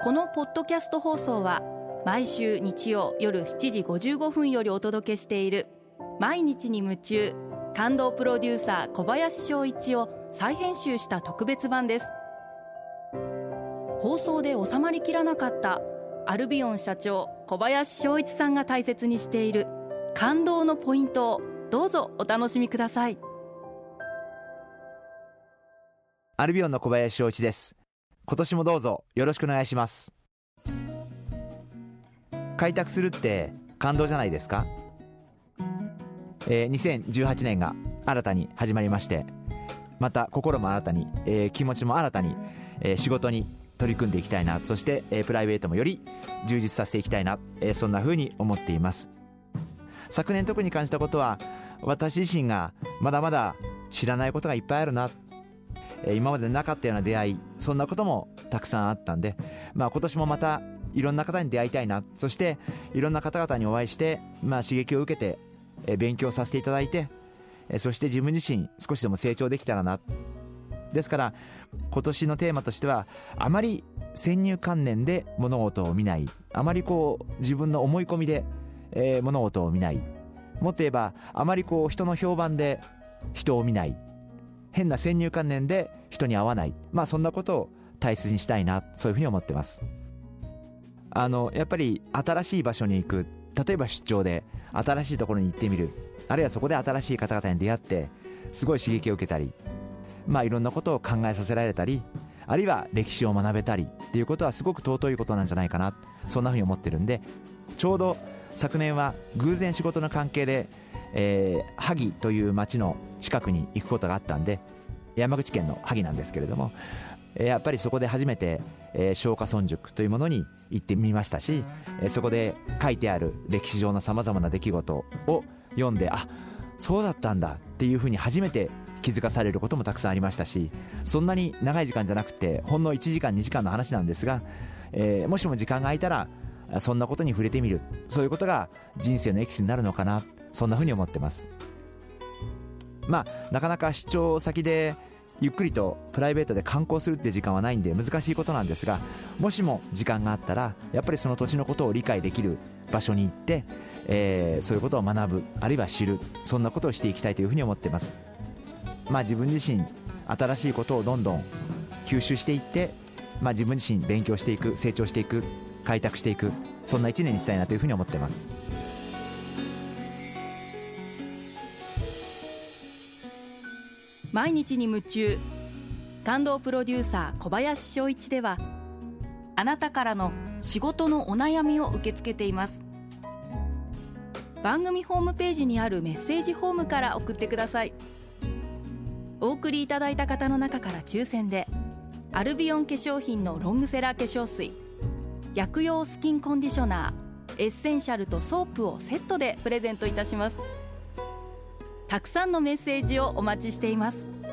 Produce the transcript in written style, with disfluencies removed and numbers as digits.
このポッドキャスト放送は毎週日曜夜7時55分よりお届けしている毎日に夢中感動プロデューサー小林翔一を再編集した特別版です。放送で収まりきらなかったアルビオン社長小林翔一さんが大切にしている感動のポイントをどうぞお楽しみください。 アルビオンの小林翔一です。今年もどうぞよろしくお願いします。開拓するって感動じゃないですか。2018年が新たに始まりまして、また心も新たに、気持ちも新たに、仕事に取り組んでいきたいな、そして、プライベートもより充実させていきたいな、そんな風に思っています。昨年特に感じたことは、私自身がまだまだ知らないことがいっぱいあるな、今までなかったような出会い、そんなこともたくさんあったんで、今年もまたいろんな方に出会いたいな、そしていろんな方々にお会いして、刺激を受けて、勉強させていただいて、そして自分自身少しでも成長できたらな。ですから今年のテーマとしては、あまり先入観念で物事を見ない、あまり自分の思い込みで、物事を見ない、もっと言えばあまり人の評判で人を見ない、変な先入観念で人に会わない、そんなことを大切にしたいな、そういうふうに思ってます。やっぱり新しい場所に行く、例えば出張で新しいところに行ってみる、あるいはそこで新しい方々に出会ってすごい刺激を受けたり、いろんなことを考えさせられたり、あるいは歴史を学べたりっていうことはすごく尊いことなんじゃないかな、そんなふうに思ってるんで、ちょうど昨年は偶然仕事の関係で、萩という町の近くに行くことがあったんで、山口県の萩なんですけれども、やっぱりそこで初めて、松下村塾というものに行ってみましたし、そこで書いてある歴史上のさまざまな出来事を読んで、あ、そうだったんだっていうふうに初めて気づかされることもたくさんありましたし、そんなに長い時間じゃなくてほんの1時間2時間の話なんですが、もしも時間が空いたらそんなことに触れてみる、そういうことが人生のエキスになるのかな、そんなふうに思ってます。なかなか出張先でゆっくりとプライベートで観光するっていう時間はないんで難しいことなんですが、もしも時間があったらやっぱりその土地のことを理解できる場所に行って、そういうことを学ぶ、あるいは知る、そんなことをしていきたいというふうに思っています。自分自身新しいことをどんどん吸収していって、自分自身勉強していく、成長していく、開拓していく、そんな一年にしたいなというふうに思っています。 毎日に夢中感動プロデューサー小林翔一では、あなたからの仕事のお悩みを受け付けています。番組ホームページにあるメッセージフォームから送ってください。お送りいただいた方の中から抽選でアルビオン化粧品のロングセラー化粧水、薬用スキンコンディショナー、エッセンシャルとソープをセットでプレゼントいたします。たくさんのメッセージをお待ちしています。